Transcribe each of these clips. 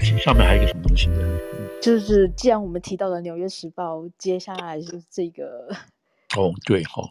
上面还有一个什么东西的？ 就是既然我们提到了《纽约时报》，接下来就是这个。 哦，对，好，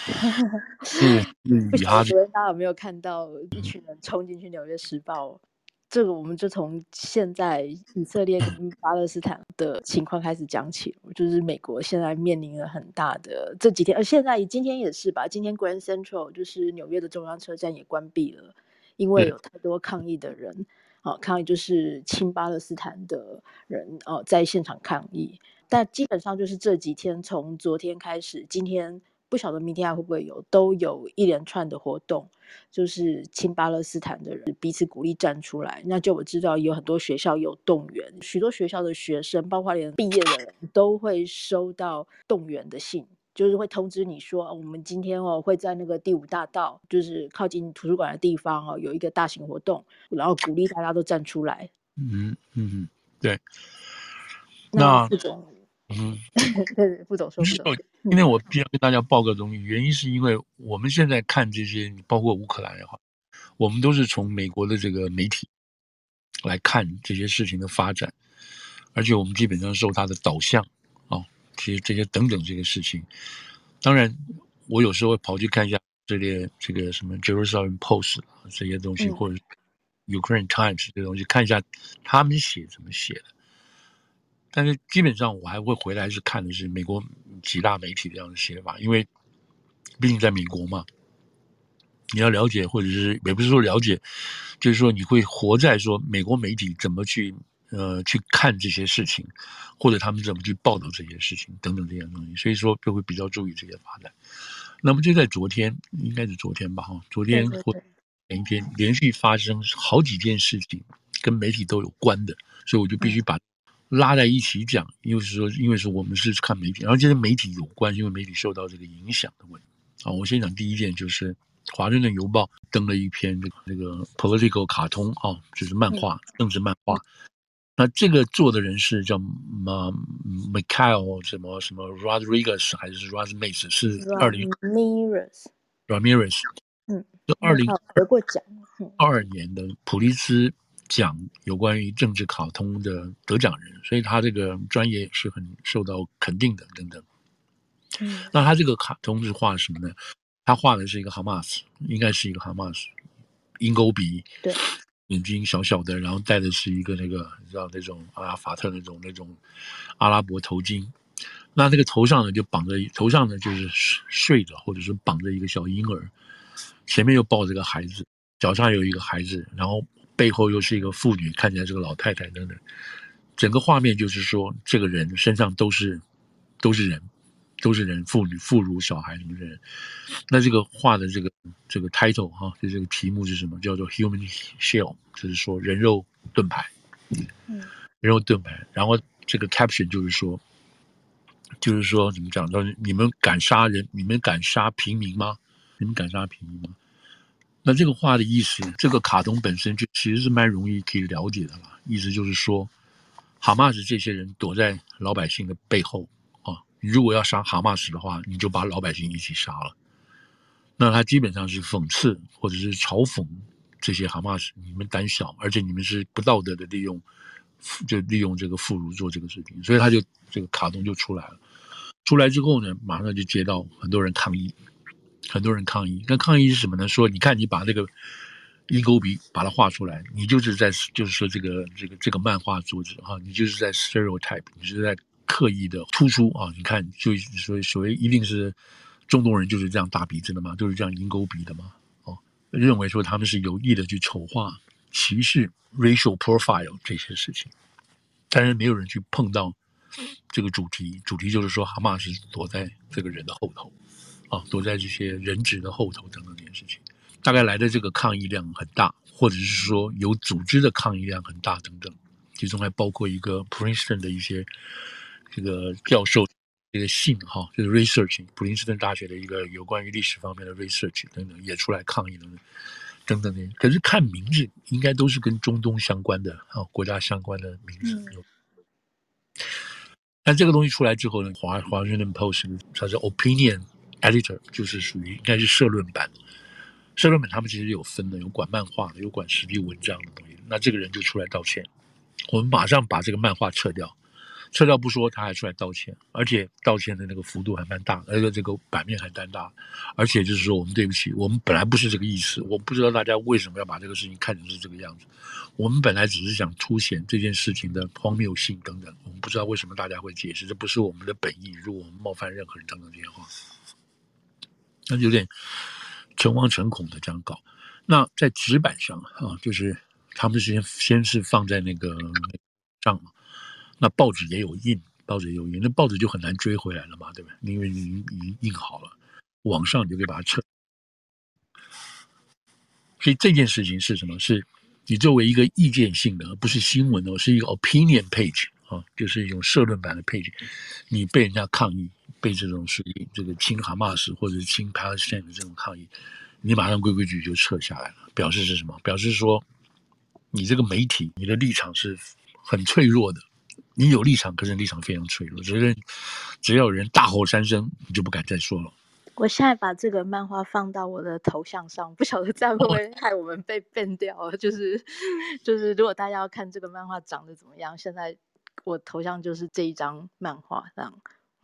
不以他这晓得昨天大家有没有看到一群人冲进去《纽约时报》？这个我们就从现在以色列跟巴勒斯坦的情况开始讲起。就是美国现在面临了很大的这几天，现在今天也是吧？今天 Grand Central 就是纽约的中央车站也关闭了，因为有太多抗议的人。抗议就是亲巴勒斯坦的人在现场抗议。但基本上就是这几天，从昨天开始，今天不晓得明天还会不会有，都有一连串的活动，就是亲巴勒斯坦的人彼此鼓励站出来。那就我知道有很多学校有动员，许多学校的学生，包括连毕业的人都会收到动员的信。就是会通知你说，我们今天会在那个第5大道，就是靠近图书馆的地方有一个大型活动，然后鼓励大家都站出来。 对。 那副总，对，副总说， 今天我必须要跟大家报个东西，原因是因为我们现在看这些，包括乌克兰也好，我们都是从美国的这个媒体来看这些事情的发展，而且我们基本上受它的导向其实这些等等这个事情。当然，我有时候会跑去看一下这个什么 Jerusalem Post 这些东西，或者 Ukraine Times 这些东西，看一下他们怎么写的。但是基本上我还会回来是看的是美国几大媒体这样的写法，因为毕竟在美国嘛，你要了解，或者是也不是说了解，就是说你会活在说美国媒体怎么去看这些事情，或者他们怎么去报道这些事情等等这些东西，所以说就会比较注意这些发展。那么就在昨天，应该是昨天吧，昨天或前一天连续发生好几件事情跟媒体都有关的，所以我就必须把拉在一起讲，因为说我们是看媒体，然后这些媒体有关，因为媒体受到这个影响的问题。我先讲第一件，就是华盛顿邮报登了一篇这个 political 卡通就是漫画，政治漫画。那这个做的人是叫Michael 什么 Rodriguez 还是 Ramirez 是Ramirez，就得过奖 2022年的普利兹奖有关于政治卡通的得奖人，所以他这个专业是很受到肯定的等等。那他这个卡通是画什么呢？他画的是一个哈马斯，应该是一个哈马斯，鹰钩鼻， 对， 眼睛小小的，然后戴的是一个那个你知道那种阿拉法特那种阿拉伯头巾。那个头上呢就是睡着或者是绑着一个小婴儿，前面又抱着个孩子，脚上有一个孩子，然后背后又是一个妇女，看起来是个老太太等等。整个画面就是说，这个人身上都是人，妇女、妇孺、小孩什么人。那这个画的这个 title 就这个题目是什么？叫做 Human Shell， 就是说人肉盾牌。人肉盾牌。然后这个 caption 就是说怎么讲？说你们敢杀人？你们敢杀平民吗？你们敢杀平民吗？那这个话的意思，这个卡通本身就其实是蛮容易可以了解的啦。意思就是说，哈马斯这些人躲在老百姓的背后你如果要杀哈马斯的话，你就把老百姓一起杀了。那他基本上是讽刺或者是嘲讽这些哈马斯，你们胆小，而且你们是不道德的利用这个妇孺做这个事情，所以他就这个卡通就出来了。出来之后呢，马上就接到很多人抗议。那抗议是什么呢？说你看你把这个鹰钩鼻把它画出来，你就是说这个漫画作者你就是在 stereotype， 你是在刻意的突出你看就所谓一定是中东人就是这样大鼻子的嘛，就是这样鹰钩鼻的嘛认为说他们是有意的去丑化、歧视 racial profile 这些事情，但是没有人去碰到这个主题就是说哈马斯躲在这个人的后头躲在这些人质的后头等等这件事情，大概来的这个抗议量很大，或者是说有组织的抗议量很大等等，其中还包括一个 Princeton 的一些这个教授这个信就是 research， 普林斯顿大学的一个有关于历史方面的 research 等等也出来抗议等等的。可是看名字应该都是跟中东相关的国家相关的名字。但这个东西出来之后呢，华盛顿 Post 它是 opinion editor， 就是属于应该是社论版。社论版他们其实有分的，有管漫画的，有管实际文章的东西。那这个人就出来道歉， 我们马上把这个漫画撤掉。撤掉不说，他还出来道歉，而且道歉的那个幅度还蛮大，而且这个版面还蛮大，而且就是说我们对不起，我们本来不是这个意思，我不知道大家为什么要把这个事情看成是这个样子，我们本来只是想凸显这件事情的荒谬性等等，我们不知道为什么大家会解释，这不是我们的本意，如果我们冒犯任何人等等这些话，那有点诚惶诚恐的这样搞。那在纸板上啊，就是他们先是放在那个上嘛。那报纸也有印，那报纸就很难追回来了嘛，对吧？因为你已经印好了，网上你就可以把它撤。所以这件事情是什么？是你作为一个意见性的，而不是新闻的，是一个 opinion page 啊，就是一种社论版的 page， 你被人家抗议，被这种属于这个亲哈马斯或者是亲 Palestine 的这种抗议，你马上规矩就撤下来了，表示是什么？表示说你这个媒体，你的立场是很脆弱的。你有立场，可是立场非常脆弱。只要有人大吼三声，你就不敢再说了。 我现在把这个漫画放到我的头像上，不晓得这样会不会害我们被 ban 掉？就是如果大家要看这个漫画长得怎么样，现在我头像就是这一张漫画这样。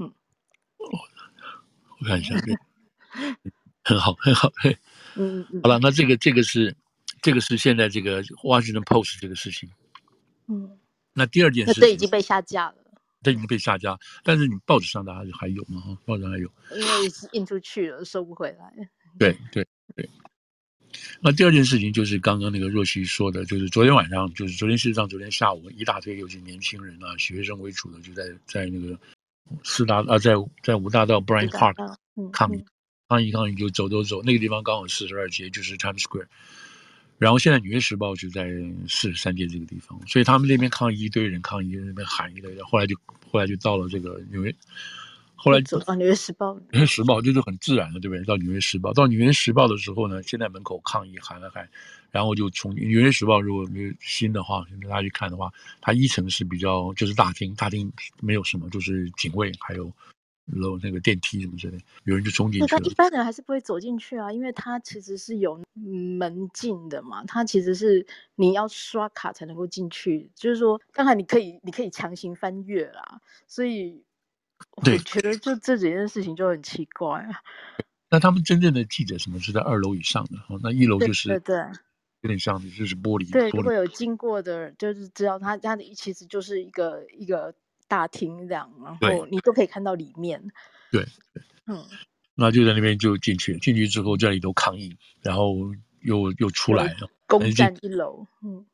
我看一下，对，很好，很好。好了，那这个是现在这个 Washington Post 这个事情。那第二件事情， 这已经被下架了。 这已经被下架，但是你报纸上大家还有吗？哈，报纸上还有， 因为印出去了，收不回来。 对。那第二件事情就是刚刚那个若曦说的，就是昨天晚上，就是昨天事实上昨天下午，一大堆有些年轻人啊，学生为主的，就在那个在五大道 Bryant Park 抗议就走，那个地方刚好42街就是 Times Square。然后现在《纽约时报》就在43街这个地方，所以他们那边抗议，一堆人抗议，那边喊一堆，后来就到了这个纽约，后来走到《纽约时报》，《 纽约时报》就是很自然的，对不对？到《纽约时报》，到《纽约时报》的时候呢，现在门口抗议喊了喊，然后就从《纽约时报》如果没有新的话，大家去看的话，它一层是比较就是大厅没有什么，就是警卫还有那个电梯什么之类的，有人就冲进去了。 一般人还是不会走进去啊，因为它其实是有门禁的嘛，它其实是你要刷卡才能够进去，就是说，当然你可以强行翻越啦，所以我觉得就这几件事情就很奇怪啊。 那他们真正的记者什么是在2楼以上的，那1楼就是对， 有点像就是玻璃。 对，如果有经过的，就是知道它的其实就是一个大厅这样，然后你都可以看到里面。 对，那就在那边就进去之后在里头抗议，然后又出来了， 攻占1楼。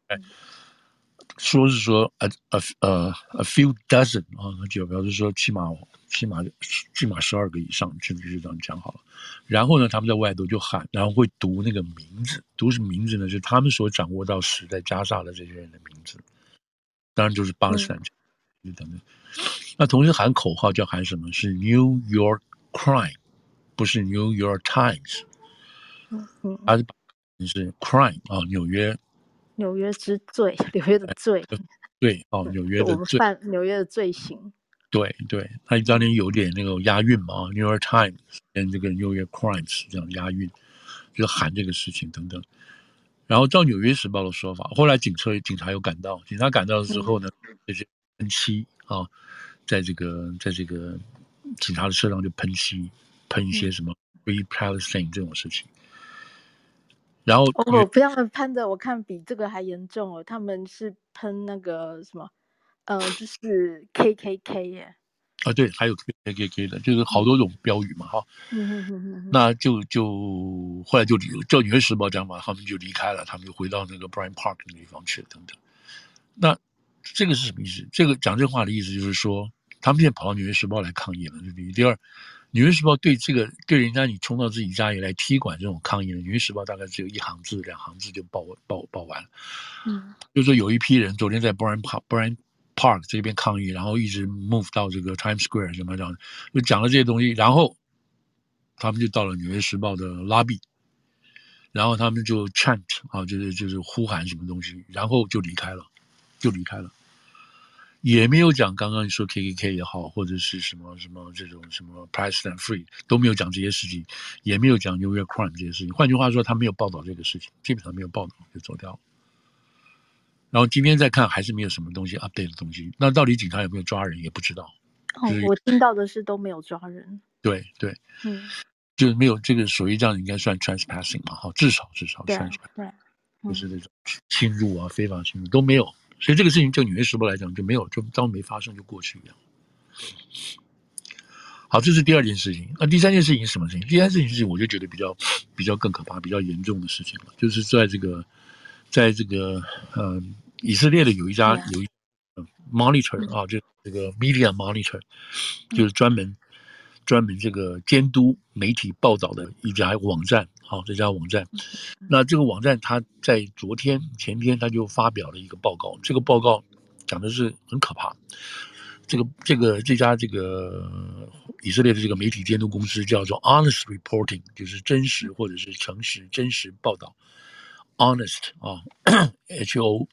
说是说a few dozen 啊，就表示说起码12个以上，甚至就这样讲好了。然后呢，他们在外头就喊，然后会读那个名字，读什么名字呢？就是他们所掌握到死在加沙的这些人的名字，当然就是巴勒斯坦等等。那同时喊口号叫喊什么？是 New York Crime， 不是 New York Times。它是 crime 啊，纽约之罪，纽约的罪。 对哦，纽约的罪， 纽约的罪行。 对，它当年有点那个押韵嘛 ，New York Times 跟这个 New York Crimes 这样押韵，就喊这个事情等等。然后照《纽约时报》的说法，后来警察有赶到，警察赶到之后呢，这些喷漆啊，在这个警察的车上就喷漆，喷一些什么 Free Palestine 这种事情。然后他们喷的我看比这个还严重哦，他们是喷那个什么，就是 KKK 耶。 啊，对，还有 KKK 的，就是好多种标语嘛，哈。那就后来就照《纽约时报》讲嘛，他们就离开了，他们就回到那个 Bryant Park 那个地方去了，等等。那这个是什么意思？这个讲这话的意思就是说，他们现在跑到《纽约时报》来抗议了，这是第一。第二，《纽约时报》对人家你冲到自己家里来踢馆这种抗议呢，《纽约时报》大概只有1行字、2行字就报完了。就是说有一批人昨天在 Bryant Park 这边抗议，然后一直 move 到这个 Times Square 什么这样，就讲了这些东西，然后他们就到了《纽约时报》的 lobby， 然后他们就 chant 啊，就是呼喊什么东西，然后就离开了，也没有讲刚刚你说 KKK 也好，或者是什么这种什么 Palestine Free 都没有讲这些事情，也没有讲 New York Crime 这些事情。换句话说，他没有报道这个事情，基本上没有报道就走掉了。 然后今天再看还是没有什么东西 update 的东西。那到底警察有没有抓人也不知道。 我听到的是都没有抓人。 对，就是没有这个属于这样应该算 trespassing 嘛，至少 trespassing， 就是那种侵入啊、非法侵入都没有。所以这个事情就《纽约时报》来讲就没有，就当没发生就过去一样。好，这是第二件事情。那第三件事情是什么事情？第三件事情我就觉得比较更可怕、比较严重的事情了，就是在这个以色列的有一monitor 啊，就是这个 media monitor， 就是专门这个监督媒体报道的一家网站。好，这家网站，那这个网站它在前天它就发表了一个报告，这个报告讲的是很可怕。这家以色列的这个媒体监督公司叫做 Honest Reporting， 就是真实或者是诚实真实报道 ，Honest 啊，HONEST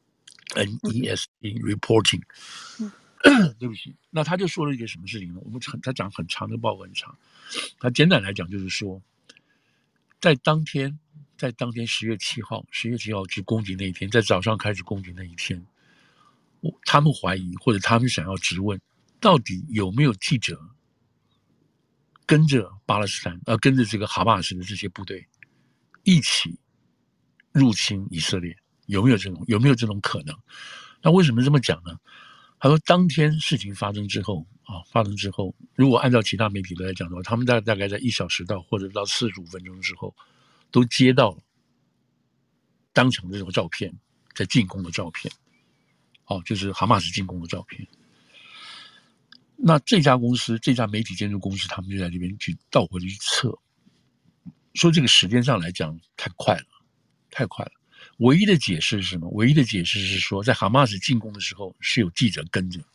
Reporting。对不起，那他就说了一个什么事情呢？他讲很长的报告很长，他简短来讲就是说，在当天10月7号是攻击那一天，在早上开始攻击那一天，他们怀疑或者他们想要质问，到底有没有记者跟着巴勒斯坦跟着这个哈马斯的这些部队一起入侵以色列，有没有这种可能？那为什么这么讲呢？他说，当天事情发生之后，如果按照其他媒体来讲的话，他们大概在1小时或者到45分钟之后，都接到了当场这种照片，在进攻的照片，就是哈马斯进攻的照片。那这家媒体监督公司，他们就在这边去倒回去测，说这个时间上来讲太快了。唯一的解释是什么？唯一的解释是说，在哈马斯进攻的时候是有记者跟着，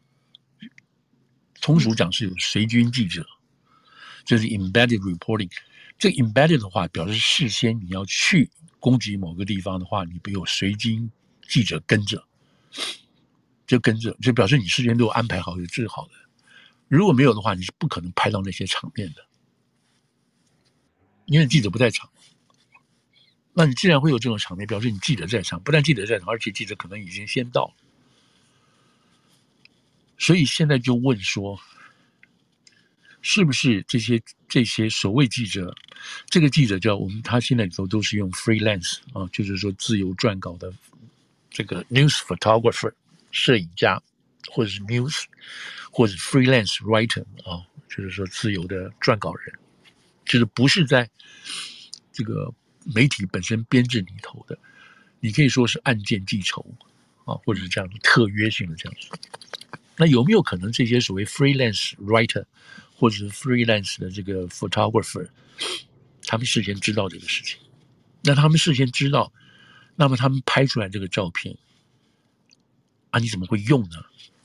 通俗讲是有随军记者，这是 embedded reporting。这个 embedded 的话，表示事先你要去攻击某个地方的话，你不有随军记者跟着，就表示你事先都有安排好、有治好的。如果没有的话，你是不可能拍到那些场面的，因为记者不在场。那你既然会有这种场面，表示你记者在场，不但记者在场，而且记者可能已经先到了。所以现在就问说，是不是这些所谓记者，这个记者他现在都是用 freelance 啊，就是说自由撰稿的这个 news photographer 摄影家，或者是 news 或者 freelance writer 啊，就是说自由的撰稿人，就是不是在这个媒体本身编制里头的，你可以说是案件记仇啊，或者是这样的特约性的这样子。那有没有可能这些所谓 freelance writer 或者是 freelance 的这个 photographer， 他们事先知道这个事情？那他们事先知道，那么他们拍出来这个照片啊，你怎么会用呢？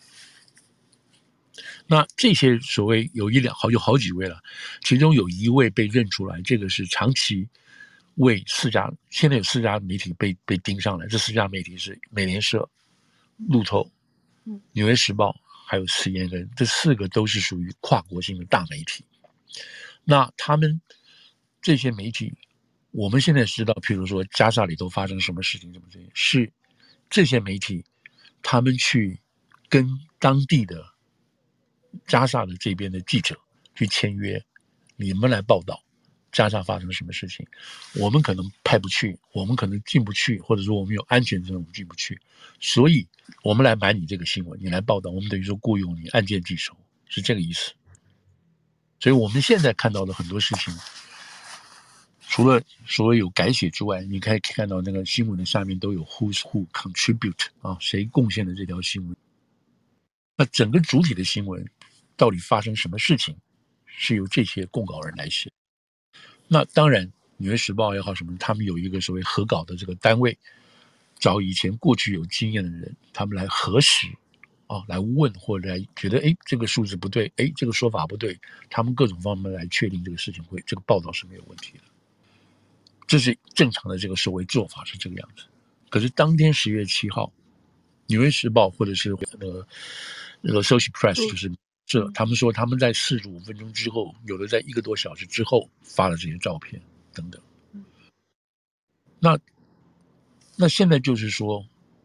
那这些所谓有好几位了，其中有一位被认出来，这个是长期为现在有4家媒体被盯上来，这4家媒体是美联社、路透、纽约时报还有CNN，这4个都是属于跨国性的大媒体。那他们这些媒体，我们现在知道，譬如说加沙里头发生什么事情，是这些媒体他们去跟当地的加沙的这边的记者去签约，你们来报道加沙发生什么事情，我们可能派不去，我们可能进不去，或者说我们有安全证我们进不去，所以我们来买你这个新闻，你来报道，我们等于说雇佣你，案件记仇，是这个意思。所以我们现在看到的很多事情，除了所谓有改写之外，你可以看到那个新闻的下面都有 who's who contribute 啊，谁贡献了这条新闻。那整个主体的新闻到底发生什么事情，是由这些供稿人来写。那当然，《纽约时报》也好什么，他们有一个所谓核稿的这个单位，找以前过去有经验的人，他们来核实啊，来问或者来觉得，这个数字不对，这个说法不对，他们各种方面来确定这个事情这个报道是没有问题的。这是正常的这个所谓做法是这个样子。可是当天10月7号，《纽约时报》或者是那个 Associated Press 就是他们说他们在45分钟之后，有的在1个多小时之后发了这些照片等等。那现在就是说，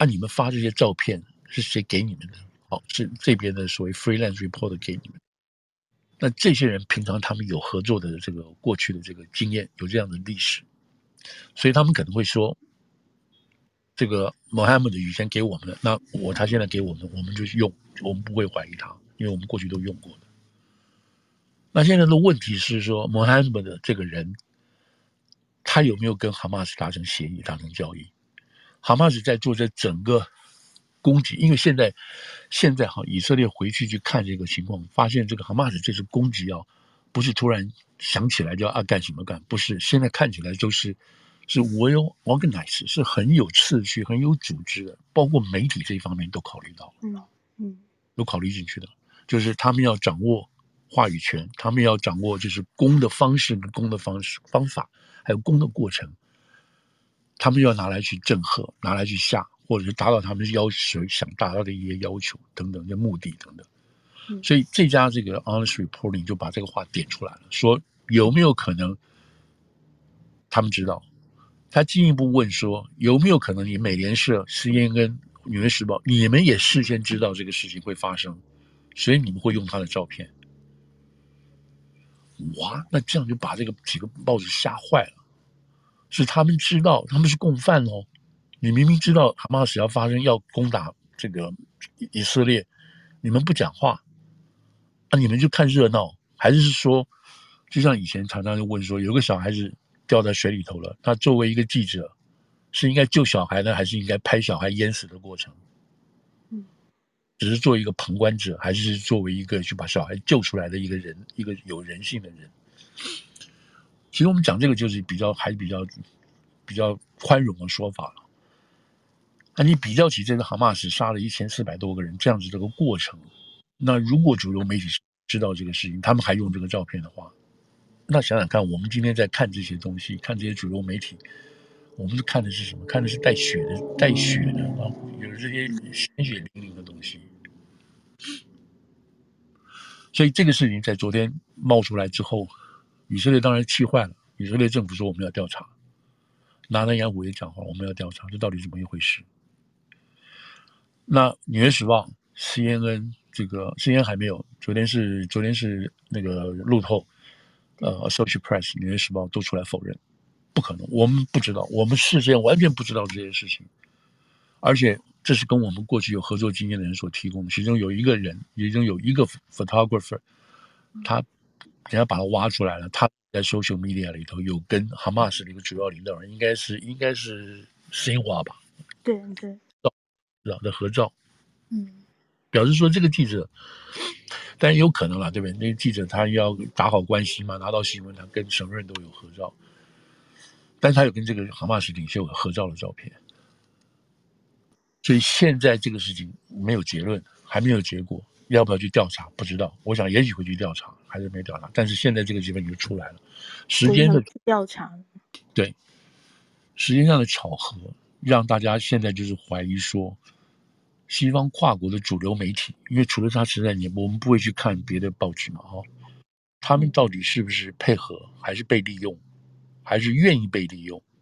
你们发这些照片是谁给你们的？好，是这边的所谓 freelance reporter 给你们。那这些人平常他们有合作的这个过去的这个经验，有这样的历史，所以他们可能会说，这个 Mohammed 以前给我们的，那他现在给我们，我们就用，我们不会怀疑他，因为我们过去都用过的。那现在的问题是说 Mohammed 的这个人，他有没有跟哈马斯达成协议、达成交易？哈马斯在做这整个攻击，因为现在以色列回去看这个情况，发现这个哈马斯这次攻击不是突然想起来就要干什么干，不是，现在看起来是 well organized， 是很有次序、很有组织的，包括媒体这一方面都考虑到了，都考虑进去的，就是他们要掌握话语权，他们要掌握就是攻的方式跟攻的方法，还有攻的过程，他们要拿来去震慑，拿来去吓，或者是达到他们想达到的一些要求等等的目的等等。所以这家这个 Honest Reporting 就把这个话点出来了，说有没有可能他们知道？他进一步问说，有没有可能你美联社、CNN、纽约时报，你们也事先知道这个事情会发生，所以你们会用他的照片？哇，那这样就把这个几个报纸吓坏了。是他们知道，他们是共犯哦。你明明知道哈马斯要发生，要攻打这个以色列，你们不讲话，你们就看热闹，还是说，就像以前常常就问说，有个小孩子掉在水里头了，他作为一个记者，是应该救小孩呢，还是应该拍小孩淹死的过程？只是作为一个旁观者，还是作为一个去把小孩救出来的一个人，一个有人性的人？其实我们讲这个就是比较宽容的说法了。那你比较起这个哈马斯杀了1400多个人这样子这个过程，那如果主流媒体知道这个事情，他们还用这个照片的话，那想想看，我们今天在看这些东西，看这些主流媒体，我们看的是什么？看的是带血的有这些鲜血淋淋的东西。所以这个事情在昨天冒出来之后，以色列当然气坏了。以色列政府说我们要调查，拿单雅虎也讲话，我们要调查，这到底怎么一回事？那《纽约时报》、CNN 这个 CNN 还没有，昨天是那个路透，Associated Press、纽约时报都出来否认，不可能，我们不知道，我们事先完全不知道这些事情，而且这是跟我们过去有合作经验的人所提供的，其中有一个人，其中有一个 photographer， 他人家把他挖出来了，他在 social media 里头有跟哈马斯的一个主要领导人，应该是辛华吧？ 对， 的合照，表示说这个记者，当然有可能了，对不对？那个记者他要打好关系嘛，拿到新闻，他跟什么人都有合照，但是他有跟这个哈马斯领袖有合照的照片，所以现在这个事情没有结论，还没有结果，要不要去调查不知道，我想也许会去调查，还是没调查，但是现在这个结论就出来了，时间的调查， 对，时间上的巧合，让大家现在就是怀疑说，西方跨国的主流媒体，因为除了他实在我们不会去看别的报纸嘛，他们到底是不是配合，还是被利用，还是愿意被利用？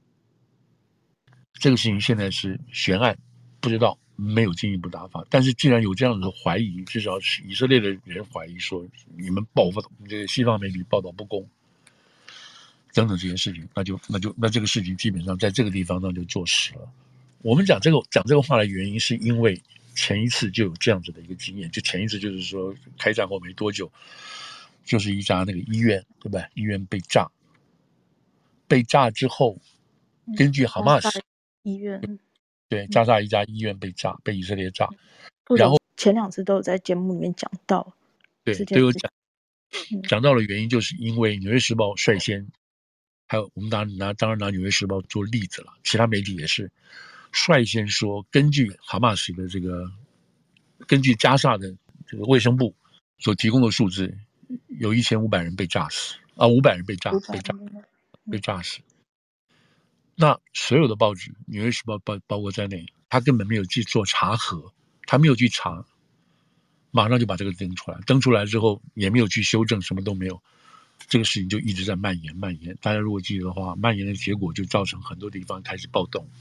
这个事情现在是悬案，不知道，没有进一步答法。但是既然有这样的怀疑，至少是以色列的人怀疑说，你们这个西方媒体报道不公，等等这些事情，那这个事情基本上在这个地方那就坐实了。我们讲这个话的原因，是因为前一次就有这样子的一个经验，就前一次就是说开战后没多久，就是一家那个医院，对吧？医院被炸之后，根据哈马斯医院， 对加沙一家医院被以色列炸， 然后前2次都有在节目里面讲到， 对，都有讲到的原因，就是因为《纽约时报》率先，还有我们当然拿《纽约时报》做例子了，其他媒体也是。率先说，根据哈马斯的根据加沙的这个卫生部所提供的数字，有1500人被炸死，500人被炸死。那所有的报纸，《纽约时报》包括在内，他根本没有去做查核，他没有去查，马上就把这个登出来。登出来之后，也没有去修正，什么都没有。这个事情就一直在蔓延。大家如果记得的话，蔓延的结果就造成很多地方开始暴动。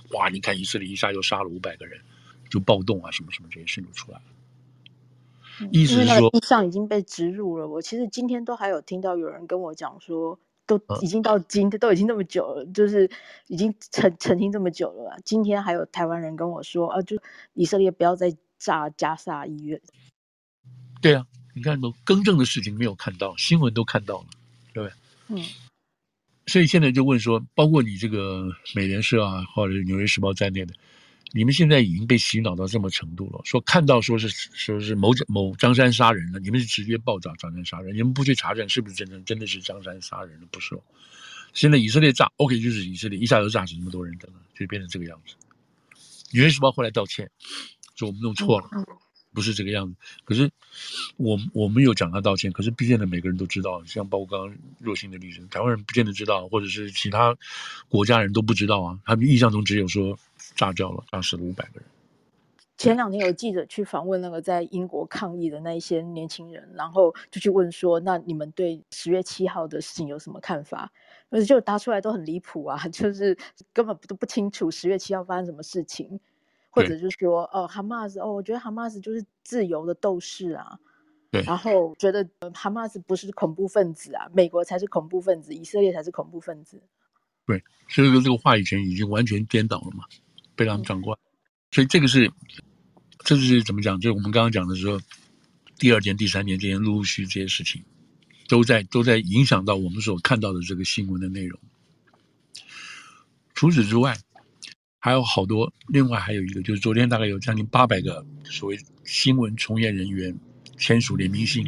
哇，你看以色列一下又杀了500个人，就暴动啊什么什么这些事就出来了。意因为那个思是说， 印象已经被植入了。我其实今天都还有听到有人跟我讲说，都已经到今天都已经那么久了，就是已经澄清这么久了。今天还有台湾人跟我说，就以色列不要再炸加沙医院。 对啊，你看都更正的事情没有看到，新闻都看到了，对不对？所以现在就问说，包括你这个美联社啊，或者是纽约时报在内的，你们现在已经被洗脑到这么程度了，说看到说是某张三杀人了，你们是直接爆炸张三杀人，你们不去查证是不是真的是张三杀人了？不是哦。现在以色列炸 ，OK 就是以色列一下就炸死那么多人的了，就变成这个样子。纽约时报后来道歉，说我们弄错了。不是这个样子，可是我们有讲他道歉，可是不见得每个人都知道，像包括刚刚若星的例子，台湾人不见得知道，或者是其他国家人都不知道啊，他们印象中只有说炸掉了，炸死了500个人。 前2天有记者去访问那个在英国抗议的那一些年轻人，然后就去问说，那你们对10月7号的事情有什么看法？而且就答出来都很离谱啊，就是根本都不清楚10月7号发生什么事情。或者就是说，哈马斯，我觉得哈马斯就是自由的斗士啊， 对， 然后觉得哈马斯不是恐怖分子啊，美国才是恐怖分子，以色列才是恐怖分子。 对，所以这个话语权已经完全颠倒了嘛，被他们掌过来。所以这是怎么讲？就是我们刚刚讲的说，第2年、第3年这些陆续这些事情，都在影响到我们所看到的这个新闻的内容。除此之外，还有好多，另外还有一个就是昨天大概有将近800个所谓新闻从业人员签署联名信，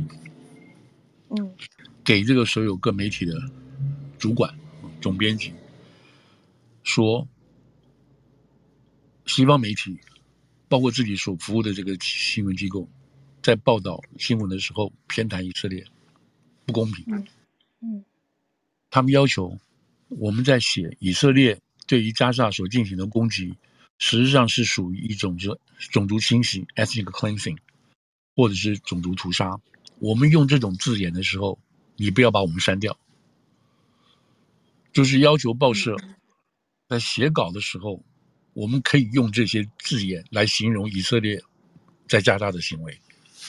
给这个所有各媒体的主管、总编辑，说西方媒体，包括自己所服务的这个新闻机构，在报道新闻的时候偏袒以色列，不公平。他们要求我们在写以色列对于加沙所进行的攻击，实际上是属于一种种族清洗 （ethnic cleansing） 或者是种族屠杀。我们用这种字眼的时候，你不要把我们删掉。就是要求报社在写稿的时候，我们可以用这些字眼来形容以色列在加沙的行为。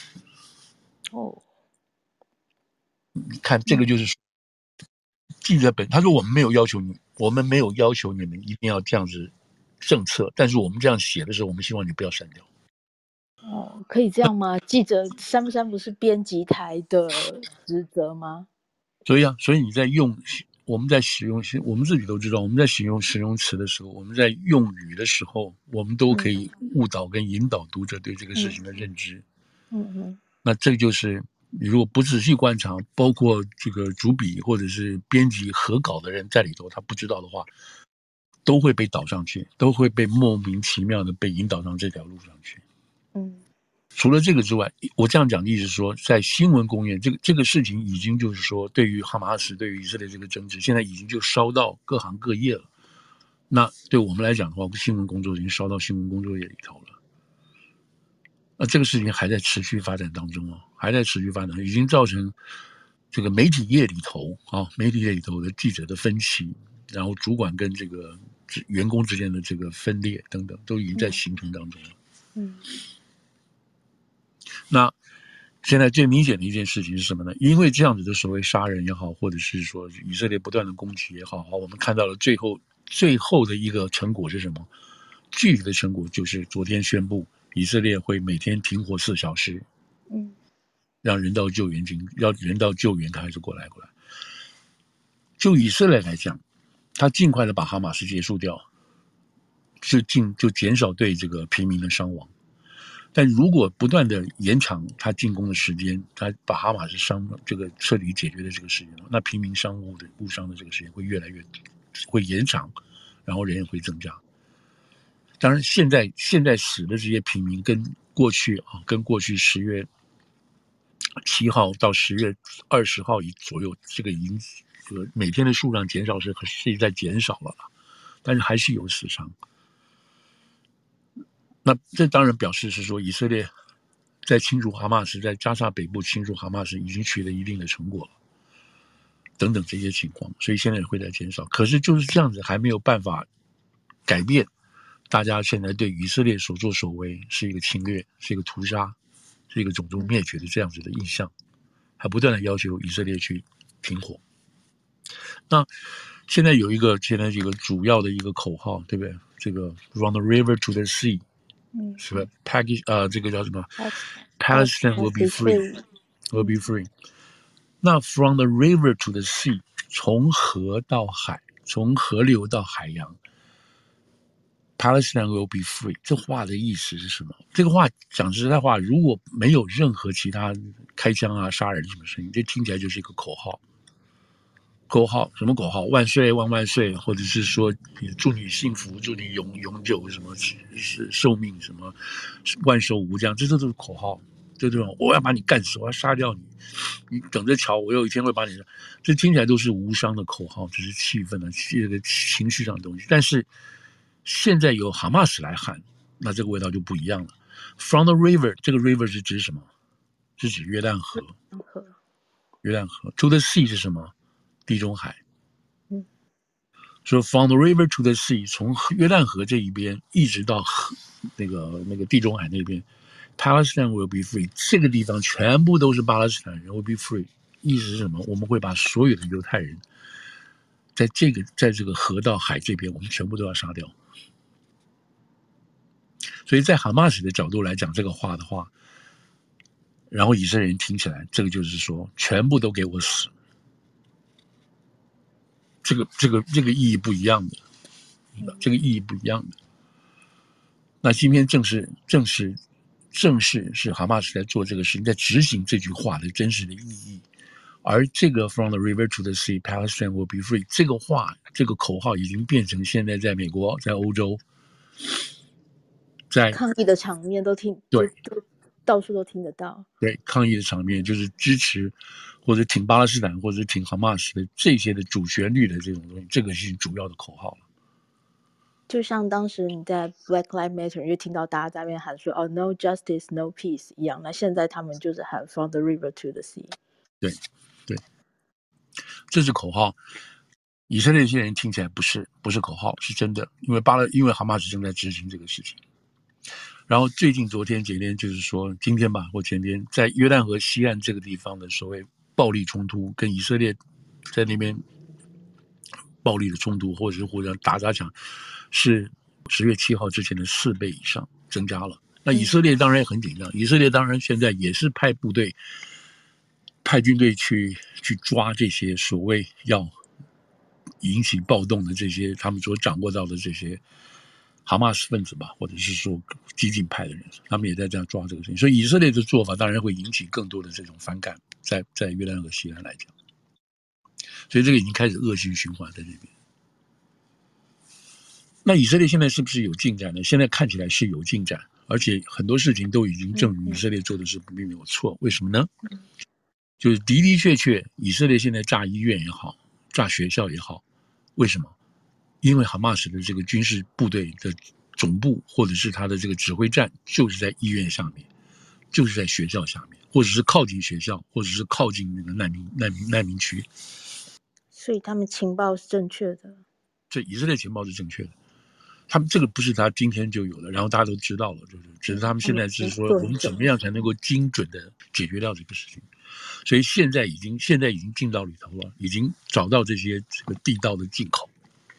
你看这个就是记者他说我们没有要求你们一定要这样子政策，但是我们这样写的时候，我们希望你不要删掉。 可以这样吗？记者删不删不是编辑台的职责吗？ 所以你在我们在使用，我们自己都知道，我们在使用形容词的时候，我们在用语的时候，我们都可以误导跟引导读者对这个事情的认知。那这就是你如果不仔细观察，包括这个主笔或者是编辑合稿的人在里头，他不知道的话，都会被导上去，都会被莫名其妙的被引导上这条路上去。除了这个之外，我这样讲的意思是说，在新闻工业这个事情已经就是说，对于哈马斯、对于以色列这个争执，现在已经就烧到各行各业了。那对我们来讲的话，新闻工作已经烧到新闻工作业里头了。那这个事情还在持续发展当中还在持续发展，已经造成这个媒体业里头的记者的分歧，然后主管跟这个员工之间的这个分裂等等，都已经在形成当中了。那现在最明显的一件事情是什么呢？因为这样子的所谓杀人也好，或者是说以色列不断的攻击也好，我们看到了最后的一个成果是什么？具体的成果就是昨天宣布，以色列会每天停火4小时，让人道救援开始过来。就以色列来讲，他尽快的把哈马斯结束掉，就减少对这个平民的伤亡。但如果不断的延长他进攻的时间，他把哈马斯这个彻底解决的这个时间，那平民误伤的这个时间会越来越会延长，然后人也会增加。当然，现在死的这些平民跟过去10月7号到10月20号左右，这个已经每天的数量减少是在减少了，但是还是有死伤。那这当然表示是说，以色列在清除哈马斯，在加沙北部清除哈马斯已经取得一定的成果了，等等这些情况，所以现在会在减少。可是就是这样子，还没有办法改变大家现在对以色列所作所为是一个侵略，是一个屠杀，是一个种族灭绝的这样子的印象，还不断的要求以色列去停火。那现在有一个主要的一个口号，对不对？这个 From the river to the sea， 是吧这个叫什么 ？Palestine will be free，will be free。那 From the river to the sea， 从河到海，从河流到海洋。Palestine will be free， 这话的意思是什么？这个话讲实在话，如果没有任何其他开枪啊、杀人什么声音，这听起来就是一个口号。口号什么口号？万岁万万岁，或者是说祝你幸福，祝你永久什么是寿命什么万寿无疆，这都是口号。就这种我要把你干死，我要杀掉你，你等着瞧，我有一天会把你。这听起来都是无伤的口号，只是气氛的这个情绪上的东西。但是现在由哈马斯来喊，那这个味道就不一样了。From the river， 这个 river 是指什么？是指约旦河。约旦河。To the sea 是什么？地中海。说 From the river to the sea， 从约旦河这一边一直到那个地中海那边 ，Palestine will be free， 这个地方全部都是巴勒斯坦人 will be free， 意思是什么？我们会把所有的犹太人在这个河到海这边，我们全部都要杀掉。所以在哈马斯的角度来讲这个话的话，然后以色列人听起来，这个就是说全部都给我死。这个意义不一样的，这个意义不一样的。那今天正是哈马斯在做这个事情，在执行这句话的真实的意义。而这个 From the river to the sea, Palestine will be free 这个话，这个口号已经变成现在在美国、在欧洲，在抗议的场面都听，对，到处都听得到。 对，抗议的场面就是支持或者挺巴勒斯坦或者挺哈马斯的这些的主旋律的这种东西，这个是主要的口号了。 就像当时你在 Black Lives Matter 就听到大家在那边喊说No justice, no peace 一样，那现在他们就是喊 From the river to the sea。 对，这是口号。以色列这些人听起来不是口号，是真的，因为哈马斯正在执行这个事情。然后昨天前天就是说今天吧或前天，在约旦河西岸这个地方的所谓暴力冲突，跟以色列在那边暴力的冲突或者是互相打砸抢，是10月7号之前的4倍以上增加了。那以色列当然也很紧张，以色列当然现在也是派军队去抓这些所谓要引起暴动的这些他们所掌握到的这些哈马斯分子吧，或者是说激进派的人，他们也在这样抓这个事情。所以以色列的做法当然会引起更多的这种反感，在约旦河西岸来讲，所以这个已经开始恶性循环在这边。那以色列现在是不是有进展呢？现在看起来是有进展，而且很多事情都已经证明以色列做的是并没有错。为什么呢？就是的确，以色列现在炸医院也好，炸学校也好，为什么？因为哈马斯的这个军事部队的总部或者是他的这个指挥站就是在医院下面，就是在学校下面，或者是靠近学校，或者是靠近那个难民区。 所以他们情报是正确的。 这以色列情报是正确的。他们这个不是他今天就有的，然后大家都知道了，就是只是他们现在是说我们怎么样才能够精准的解决掉这个事情。所以现在已经进到里头了，已经找到这个地道的进口。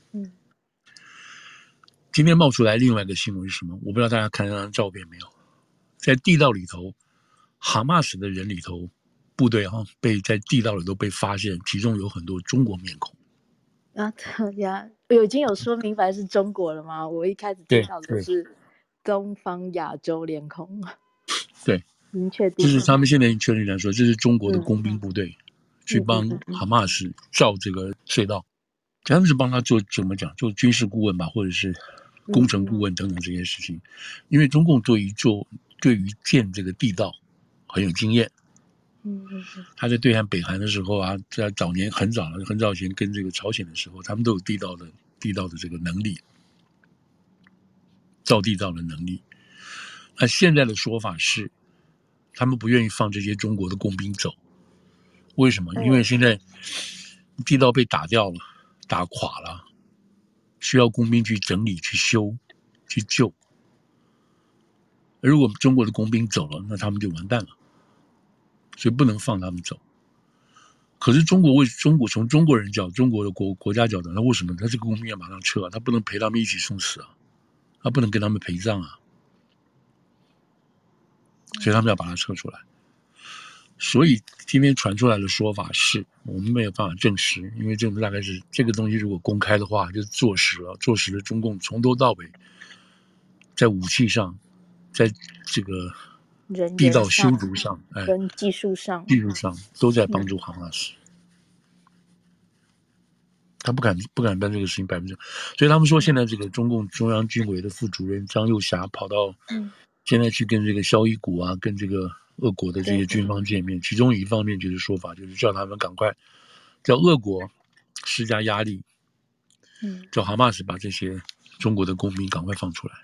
今天冒出来另外一个新闻是什么？我不知道大家看那张照片没有，在地道里头，哈马斯的人里头，部队在地道里头被发现，其中有很多中国面孔。 已经有说明白是中国了吗？我一开始听到的是东方亚洲脸孔。 对， 明确定， 就是他们现在确定来说，这是中国的工兵部队去帮哈马斯造这个隧道，他们是帮他做怎么讲，做军事顾问吧，或者是工程顾问等等这些事情。因为中共对于建这个地道很有经验。他在对岸北韩的时候啊，在很早前跟这个朝鲜的时候，他们都有地道的这个能力，造地道的能力。那现在的说法是，他们不愿意放这些中国的工兵走，为什么？因为现在地道被打掉了，打垮了，需要工兵去整理去修， 去救。而如果中国的工兵走了，那他们就完蛋了，所以不能放他们走。可是中国从中国人中国的国家角度，那为什么他这个工兵要马上撤啊？他不能陪他们一起送死啊，他不能跟他们陪葬啊，所以他们要把他撤出来。所以今天传出来的说法是我们没有办法证实，因为这大概是这个东西如果公开的话，就是坐实了中共从头到尾在武器上，在这个地道修筑上， 跟技术上都在帮助哈马斯。他不敢办这个事情100%，所以他们说现在这个中共中央军委的副主任张又侠跑到现在去跟这个肖伊古啊，跟这个俄国的这些军方见面，其中一方面就是说法就是叫他们赶快叫俄国施加压力，叫哈马斯把这些中国的工兵赶快放出来。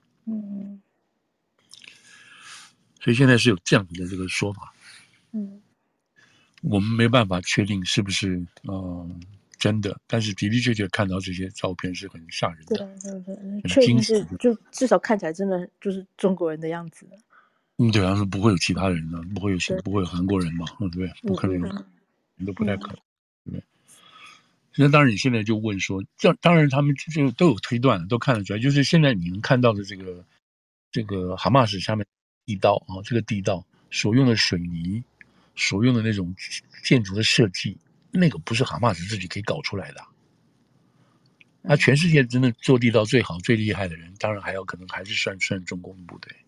所以现在是有这样子的这个说法。我们没办法确定是不是真的，但是的的确确看到这些照片是很吓人的。 对，确定是就至少看起来真的就是中国人的样子。 对啊，不会有其他人呢，不会有韩国人嘛，对不对？不可能有，都不太可能，对不对？那当然，你现在就问说，当然他们就都有推断，都看得出来，就是现在你能看到的这个哈马斯下面地道啊，这个地道所用的水泥，所用的那种建筑的设计，那个不是哈马斯自己可以搞出来的。那全世界真的做地道最好、最厉害的人，当然可能还是算中共的部队。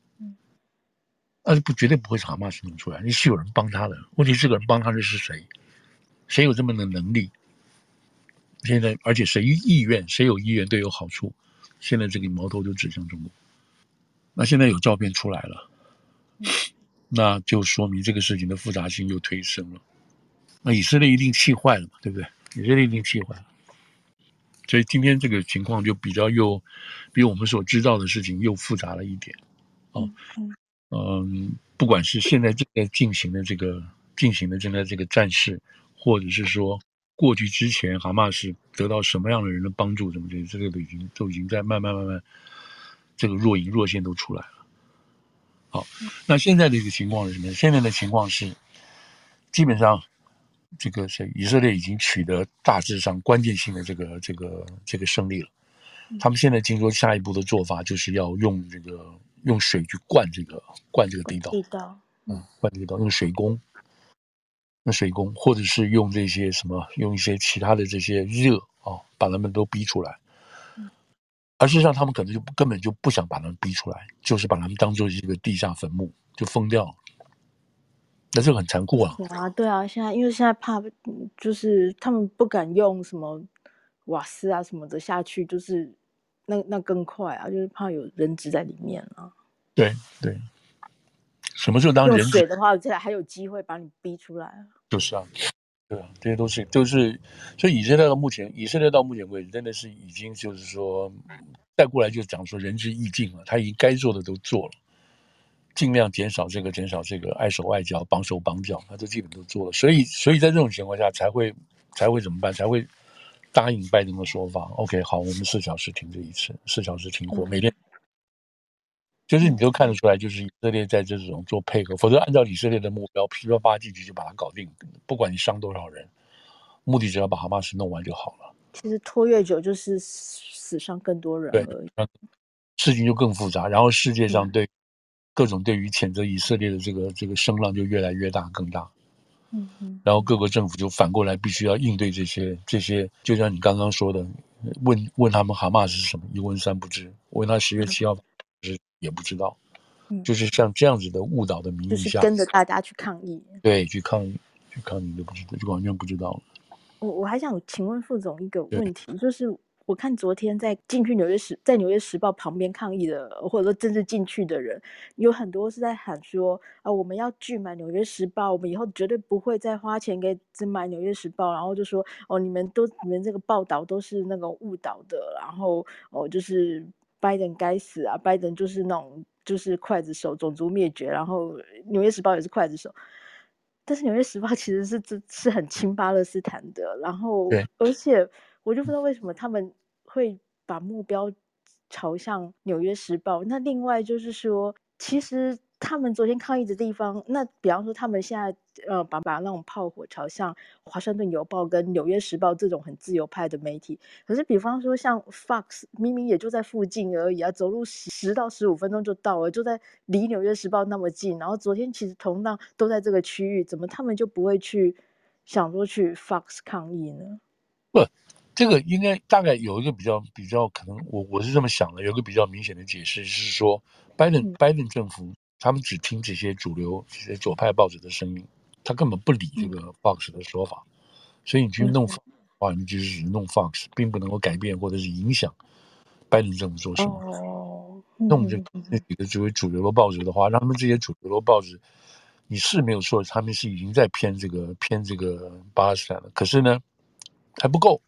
绝对不会是哈马斯弄出来，你是有人帮他的。问题这个人帮他的是谁？谁有这么的能力？现在，而且谁有意愿都有好处。现在这个矛头就指向中国。那现在有照片出来了，那就说明这个事情的复杂性又推升了。那以色列一定气坏了嘛，对不对？以色列一定气坏了。所以今天这个情况就比我们所知道的事情又复杂了一点。不管是现在正在进行的正在这个战事，或者是说过去之前哈马斯得到什么样的人的帮助，怎么这个都已经在慢慢这个若隐若现都出来了。好，那现在的一个情况是什么？现在的情况是，基本上这个以色列已经取得大致上关键性的这个胜利了。他们现在听说下一步的做法就是要用水去灌这个地道，灌这个地道，用水工，或者是用这些用一些其他的这些热把他们都逼出来。而事实上，他们可能根本就不想把他们逼出来，就是把他们当做一个地下坟墓，就封掉了。那这个很残酷啊！ 对啊，因为现在怕，就是他们不敢用什么瓦斯啊什么的下去，就是那更快啊，就是怕有人质在里面啊。 对，什么时候当人质用水的话，这还有机会把你逼出来啊。 就是啊，对啊，这些都是所以以色列到目前为止，真的是已经就是说，再过来就讲说仁至义尽了，他已经该做的都做了。尽量减少这个碍手碍脚、绑手绑脚，他都基本都做了。所以在这种情况下，才会怎么办？才会答应拜登的说法。OK， 好，我们4小时停这一次，4小时停火，每天就是你都看得出来，就是以色列在这种做配合。否则按照以色列的目标，噼里啪啦进去就把它搞定，不管你伤多少人，目的只要把哈马斯弄完就好了。 其实拖越久，就是死伤更多人而已。 事情就更复杂，然后世界上各种对于谴责以色列的这个声浪就越来越大，更大。然后各个政府就反过来必须要应对这些，就像你刚刚说的，问他们哈马斯是什么，一问三不知，问他10月7号也不知道。就是像这样子的误导的名义下， 就是跟着大家去抗议。 对，去抗议都不知道，就完全不知道了。 我还想请问副总一个问题，就是我看昨天在纽约时报旁边抗议的，或者说政治进去的人，有很多是在喊说我们要拒买纽约时报，我们以后绝对不会再花钱给只买纽约时报，然后就说你们这个报道都是那个误导的，然后就是拜登该死啊，拜登就是那种就是刽子手，种族灭绝，然后纽约时报也是刽子手。但是《纽约时报》其实是很亲巴勒斯坦的，然后而且我就不知道为什么他们会把目标朝向《纽约时报》。那另外就是说，其实他们昨天抗议的地方，那比方说他们现在把那种炮火朝向华盛顿邮报跟纽约时报这种很自由派的媒体，可是比方说像 Fox 明明也就在附近而已啊，走路10到15分钟就到了，就在离纽约时报那么近，然后昨天其实同样都在这个区域，怎么他们就不会去想说去 Fox 抗议呢？ 不，这个应该大概有一个比较可能，我是这么想的，有一个比较明显的解释是说，拜登政府他们只听这些主流这些左派报纸的声音，他根本不理这个 Fox 的说法，所以你去弄 Fox 的话，你就是弄 Fox，并不能够改变或者是影响拜登政府做什么。弄这那几个作为主流的报纸的话，让他们这些主流的报纸，你是没有错，他们是已经在偏这个巴勒斯坦了，可是呢还不够。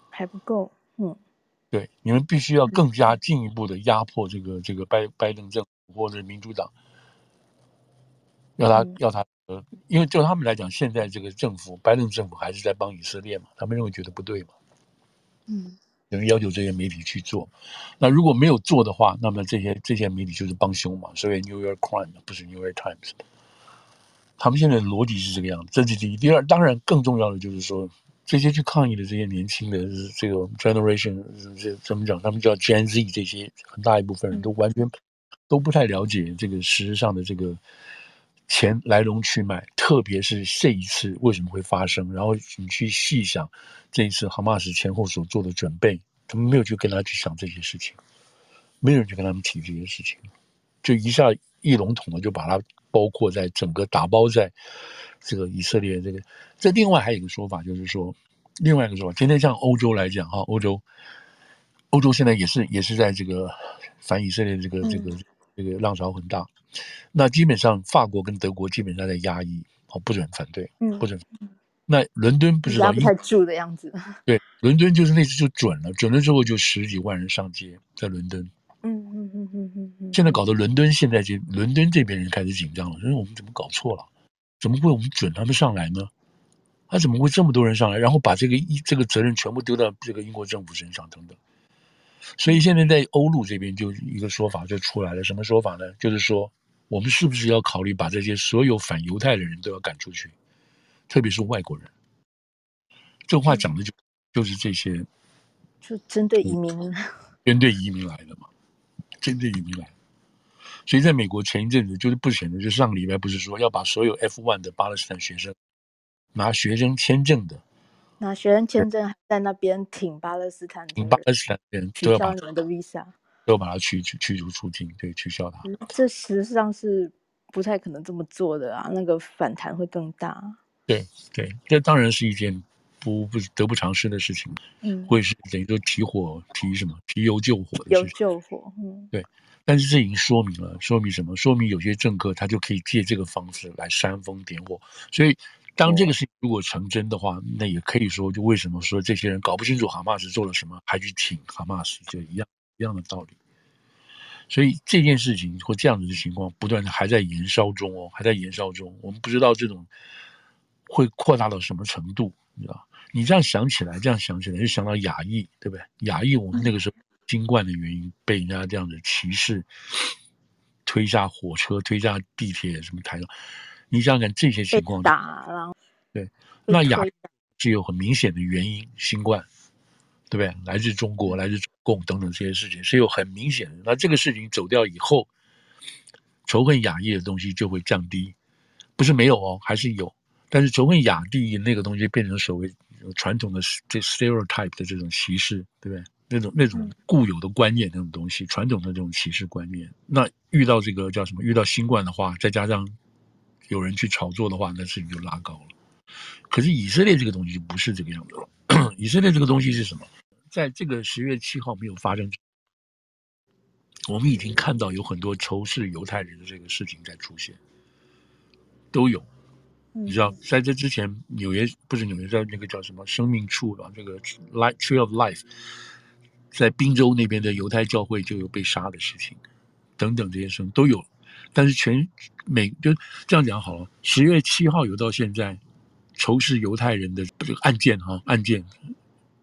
对，你们必须要更加进一步的压迫这个拜登政府或者民主党，要他因为就他们来讲，现在这个政府拜登政府还是在帮以色列嘛，他们认为觉得不对嘛，有人要求这些媒体去做，那如果没有做的话，那么这些媒体就是帮凶嘛，所以 New York Crime 不是 New York Times， 他们现在的逻辑是这个样子，这是第一。第二，当然更重要的就是说，这些去抗议的这些年轻的这个 generation， 怎么讲？他们叫 Gen Z， 这些很大一部分人都完全都不太了解这个事实上的这个钱来龙去脉，特别是这一次为什么会发生。然后你去细想这一次哈马斯前后所做的准备，他们没有去跟他去想这些事情，没有人去跟他们提这些事情，就一下一笼统的就把它包括在整个打包在这个以色列这个。这另外还有一个说法，就是说，另外一个说法，今天像欧洲来讲哈，欧洲现在也是在这个反以色列这个浪潮很大。那基本上法国跟德国基本上在压抑，不准反对，不准。那伦敦不知道压不太住的样子。 对，伦敦就是那次就准了之后就10几万人上街在伦敦。现在搞得伦敦这边人开始紧张了，因为我们怎么搞错了？怎么会我们准他们上来呢？他怎么会这么多人上来，然后把这个责任全部丢到这个英国政府身上等等？所以现在在欧陆这边就一个说法就出来了，什么说法呢？就是说我们是不是要考虑把这些所有反犹太的人都要赶出去，特别是外国人？这话讲的就是这些， 就针对移民， 针对移民来的嘛，针对移民来的。所以在美国前一阵子就是不前的，就上个礼拜不是说要把所有 F1 的巴勒斯坦学生拿学生签证的， 拿学生签证在那边挺巴勒斯坦的人取消你们的 visa， 都要把它驱逐出境，对，取消它。 这实际上是不太可能这么做的啊，那个反弹会更大。 对，这当然是一件得不偿失的事情，会是等于说提油救火的事情。对，但是这已经说明什么？说明有些政客他就可以借这个方式来煽风点火。所以当这个事情如果成真的话，那也可以说，就为什么说这些人搞不清楚哈马斯做了什么，还去挺哈马斯，就一样的道理。所以这件事情或这样子的情况不断的还在延烧中哦，还在延烧中。我们不知道这种会扩大到什么程度，你知道？你这样想起来，就想到亚裔，对不对？亚裔我们那个时候新冠的原因被人家这样的歧视，推下火车、推下地铁什么台上，你想想看这些情况， 被打，然后对，那亚裔是有很明显的原因，新冠。对不对？来自中国、来自中共等等这些事情是有很明显的。那这个事情走掉以后，仇恨亚裔的东西就会降低，不是没有哦，还是有。但是仇恨亚裔那个东西变成所谓传统的这 stereotype 的这种歧视，对不对？那种固有的观念那种东西，传统的这种歧视观念。那遇到这个叫什么？遇到新冠的话，再加上有人去炒作的话，那事情就拉高了。可是以色列这个东西就不是这个样子了。以色列这个东西是什么？在这个10月7号没有发生，我们已经看到有很多仇视犹太人的这个事情在出现，都有。你知道，在这之前，不是纽约，在那个叫什么生命树啊，这个 Tree of Life， 在宾州那边的犹太教会就有被杀的事情，等等这些事情都有。但是就这样讲好了，10月7号有到现在，仇视犹太人的这个案件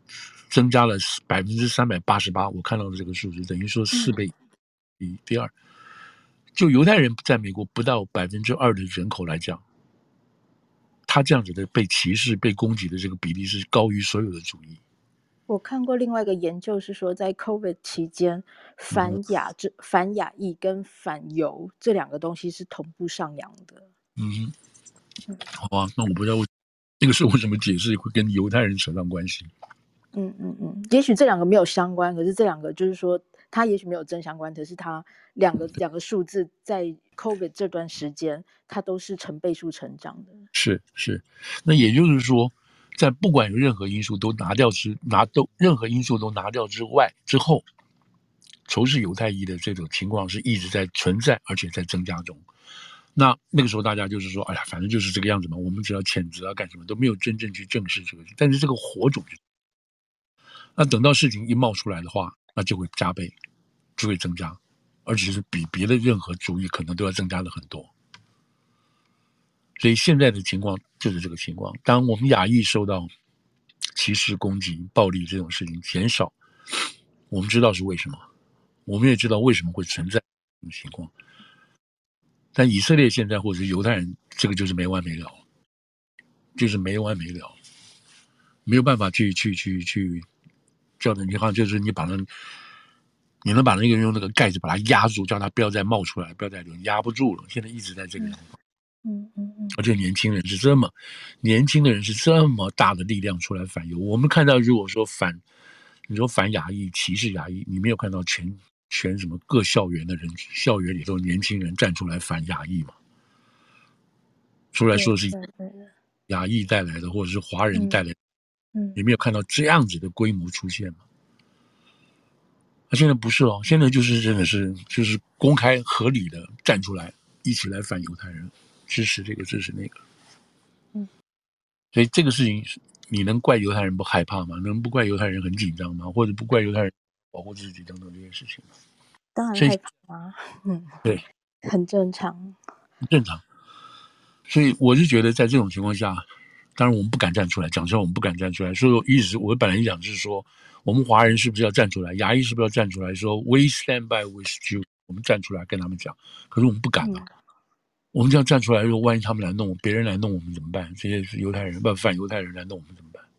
增加了388%，我看到的这个数字等于说4倍。第二，就犹太人在美国不到2%的人口来讲，他这样子的被歧视、被攻击的这个比例是高于所有的主义。 我看过另外一个研究是说，在 COVID 期间，反亚裔跟反犹这2个东西是同步上扬的。 好啊，那我不知道这个是为什么解释会跟犹太人扯上关系。 也许这2个没有相关，可是这2个就是说，它也许没有正相关，可是它两个数字在 COVID 这段时间，它都是成倍数成长的。 是，那也就是说，在不管有任何因素都拿掉任何因素都拿掉之后，仇视犹太裔的这种情况是一直在存在，而且在增加中。那个时候大家就是说，哎呀，反正就是这个样子嘛，我们只要谴责啊干什么都没有真正去正视这个，但是这个火种那等到事情一冒出来的话，那就会加倍，就会增加，而且是比别的任何主义可能都要增加的很多。所以现在的情况就是这个情况。当我们亚裔受到歧视、攻击、暴力这种事情减少，我们知道是为什么，我们也知道为什么会存在这种情况。但以色列现在或者是犹太人，这个就是没完没了，就是没完没了，没有办法去叫你看，就是你能把那个用那个盖子把它压住，叫它不要再冒出来，不要再流，压不住了。现在一直在这个情况。而且年轻的人是这么大的力量出来反犹。我们看到，如果说你说反亚裔、歧视亚裔，你没有看到全什么各校园的人，校园里头年轻人站出来反亚裔嘛？出来说是亚裔带来的，或者是华人带来的，你没有看到这样子的规模出现吗？那现在不是哦，现在就是真的是就是公开合理的站出来，一起来反犹太人，支持这个支持那个。所以这个事情，你能怪犹太人不害怕吗？能不怪犹太人很紧张吗？或者不怪犹太人保护自己等等这些事情吗？ 当然害怕啊， 对， 很正常， 很正常。所以我是觉得，在这种情况下，当然我们不敢站出来，讲实话，我们不敢站出来。所以我本来讲就是说，我们华人是不是要站出来？亚裔是不是要站出来说 "We stand by with you"？我们站出来跟他们讲，可是我们不敢啊。我们这样站出来，如果万一他们来弄，别人来弄我们怎么办？这些是犹太人，反犹太人来弄我们怎么办？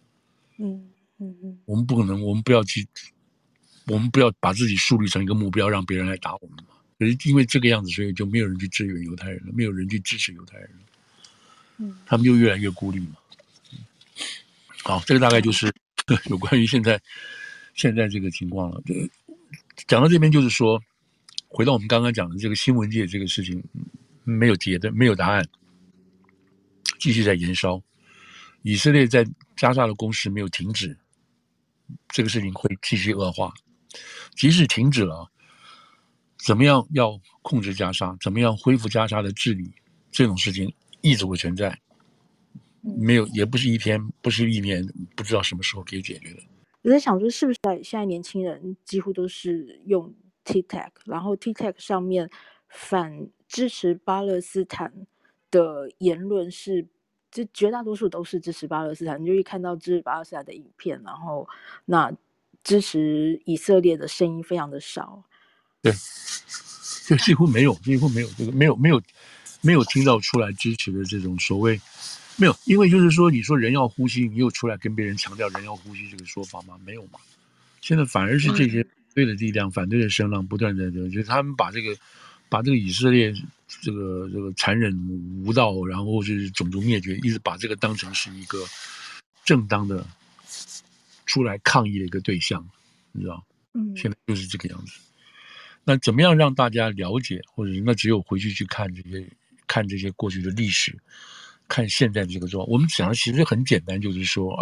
我们不可能，我们不要把自己树立成一个目标，让别人来打我们嘛。可是因为这个样子，所以就没有人去支援犹太人了，没有人去支持犹太人了。他们就越来越孤立嘛。好，这个大概就是有关于现在这个情况了。讲到这边，就是说，回到我们刚刚讲的这个新闻界这个事情，没有答案，继续在延烧。以色列在加沙的攻势没有停止，这个事情会继续恶化。即使停止了，怎么样要控制加沙，怎么样恢复加沙的治理，这种事情一直会存在。没有，也不是一天，不是1年，不知道什么时候可以解决的。 我在想说，是不是现在年轻人几乎都是用 TikTok， 然后 TikTok 上面支持巴勒斯坦的言论这绝大多数都是支持巴勒斯坦，你就会看到支持巴勒斯坦的影片，然后那支持以色列的声音非常的少。 对，就几乎没有这个没有听到出来支持的这种所谓没有，因为就是说，你说人要呼吸，你有出来跟别人强调人要呼吸这个说法吗？没有嘛。现在反而是这些反对的力量、反对的声浪不断的，就是他们把这个以色列这个残忍无道，然后是种族灭绝，一直把这个当成是一个正当的出来抗议的一个对象，你知道？现在就是这个样子。那怎么样让大家了解，或者是那只有回去看这些过去的历史，看现在的这个状况。我们讲的其实很简单，就是说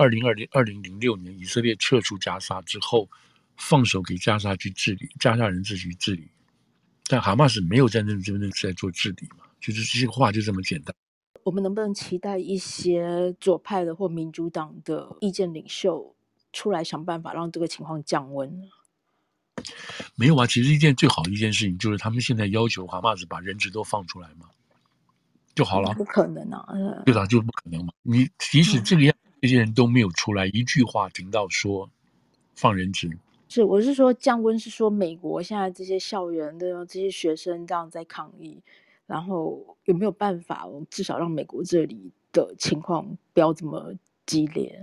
2006年以色列撤出加沙之后，放手给加沙去治理，加沙人自己治理，但哈马斯没有真正在做治理嘛，就是这些话就这么简单。 我们能不能期待一些左派的或民主党的意见领袖出来想办法让这个情况降温呢？ 没有啊，其实最好的一件事情就是他们现在要求哈马斯把人质都放出来嘛，就好了。 不可能啊， 对吧？就不可能嘛。你即使这个样，这些人都没有出来一句话听到说放人质。 是，我是说降温，是说美国现在这些校园的这些学生这样在抗议，然后有没有办法，至少让美国这里的情况不要这么激烈？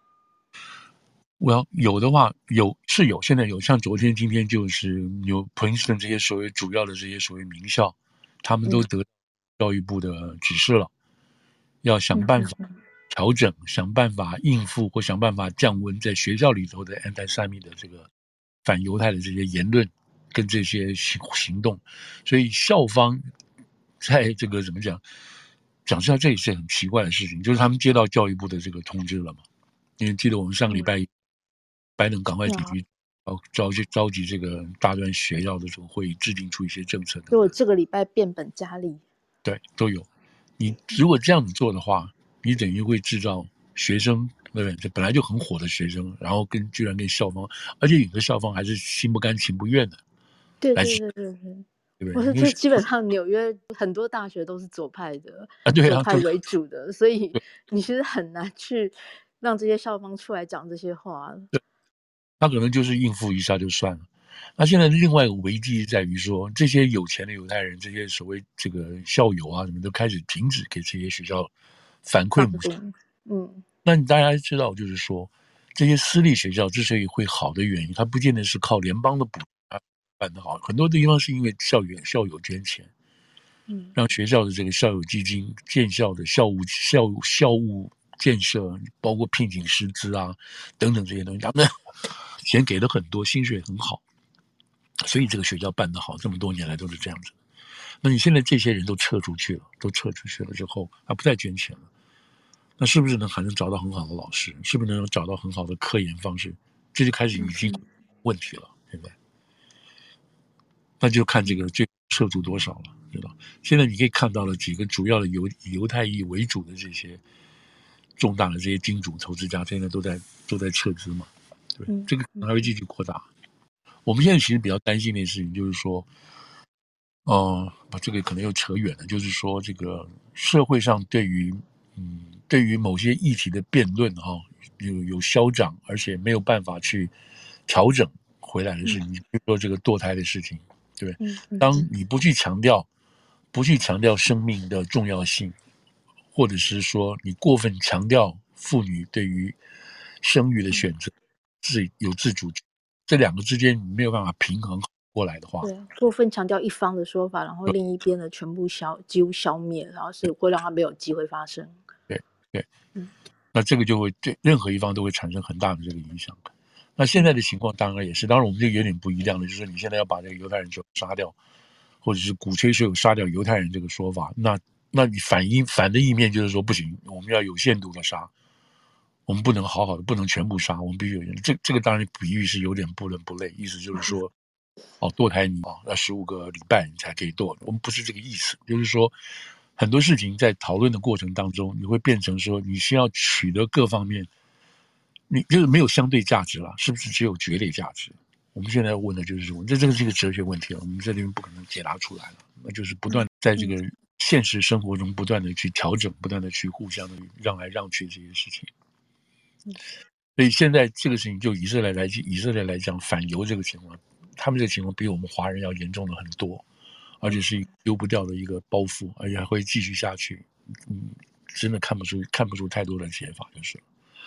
有的话有，现在有，像昨天、今天就是有 Princeton 这些所谓主要的这些所谓名校，他们都得教育部的指示了，要想办法调整，想办法应付或想办法降温在学校里头的 anti-Semitic 的这个反犹太的这些言论跟这些行动，所以校方在这个怎么讲实话，这也是很奇怪的事情，就是他们接到教育部的这个通知了嘛，因为记得我们上个礼拜拜登赶快紧急召集这个大专学校的这个会议，制定出一些政策的。 所以我这个礼拜变本加厉。 对，都有。你如果这样子做的话，你等于会制造学生，对不对？这本来就很火的学生，然后居然跟校方，而且有的校方还是心不甘情不愿的。 对， 对不对？ 我是这基本上纽约很多大学都是左派的， 对啊， 左派为主的，所以你其实很难去让这些校方出来讲这些话。 他可能就是应付一下就算了。那现在另外一个危机在于说，这些有钱的犹太人，这些所谓这个校友啊，什么都开始停止给这些学校反馈补贴。那大家知道，就是说，这些私立学校之所以会好的原因，它不见得是靠联邦的补贴办得好，很多地方是因为校友捐钱，让学校的这个校友基金、建校的校务建设，包括聘请师资啊等等这些东西，他们钱给的很多，薪水很好，所以这个学校办得好，这么多年来都是这样子。那你现在这些人都撤出去了之后，他不再捐钱了。那是不是还能找到很好的老师？是不是能找到很好的科研方式？这就开始已经问题了，对不对？那就看这个撤出多少了，知道？现在你可以看到了几个主要的以犹太裔为主的这些重大的这些金主投资家，现在都在撤资嘛，对，这个可能还会继续扩大。我们现在其实比较担心的事情就是说，这个可能又扯远了，就是说这个社会上对于某些议题的辩论有消长，而且没有办法去调整回来的事情，比如说这个堕胎的事情，对，当你不去强调生命的重要性，或者是说你过分强调妇女对于生育的选择有自主，这两个之间你没有办法平衡过来的话， 对，过分强调一方的说法，然后另一边的全部几乎消灭，然后是会让它没有机会发生。 对，那这个就会对任何一方都会产生很大的这个影响。那现在的情况当然也是，当然我们就有点不一样的，就是你现在要把这个犹太人就杀掉，或者是鼓吹所有杀掉犹太人这个说法，那你反的一面就是说不行，我们要有限度的杀，我们不能好好的不能全部杀，我们必须有这个当然比喻是有点不伦不类，意思就是说，堕胎你要15个礼拜你才可以堕，我们不是这个意思，就是说很多事情在讨论的过程当中，你会变成说你先要取得各方面，你就是没有相对价值了，是不是只有绝对价值？我们现在问的就是说，这个是一个哲学问题了，我们这里面不可能解答出来了，那就是不断在这个现实生活中不断的去调整，不断的去互相的让来让去这些事情。所以现在这个事情就以色列来讲反犹这个情况，他们这个情况比我们华人要严重的很多，而且是丢不掉的一个包袱，而且还会继续下去。真的看不出太多的解法，就是。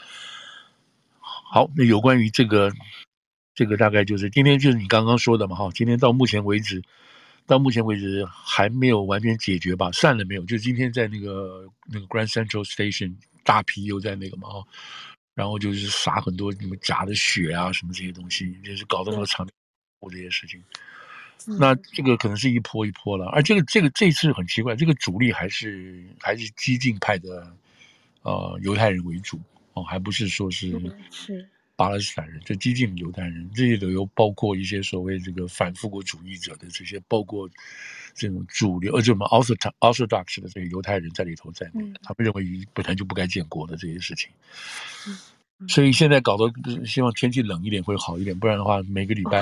好，那有关于这个大概就是今天就是你刚刚说的嘛，今天到目前为止还没有完全解决吧？散了没有？就今天在那个 Grand Central Station 大批又在那个嘛然后就是撒很多什么假的血啊什么这些东西，就是搞得那个场面这些事情。那这个可能是一波一波了，而这次很奇怪，这个主力还是激进派的犹太人为主还不是说是巴勒斯坦人，这激进的犹太人，这些又包括一些所谓这个反复国主义者的这些，包括这种主流这种 Orthodox 的这个犹太人在里头在内，他们认为本来就不该建国的这些事情。所以现在搞得希望天气冷一点会好一点，不然的话每个礼拜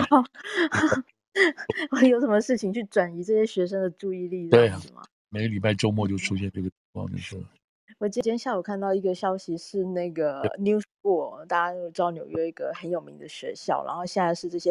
会有什么事情去转移这些学生的注意力？ 对啊，每个礼拜周末就出现这个情况就是。 我今天下午看到一个消息，是那个 New School， 大家都知道纽约一个很有名的学校，然后现在是这些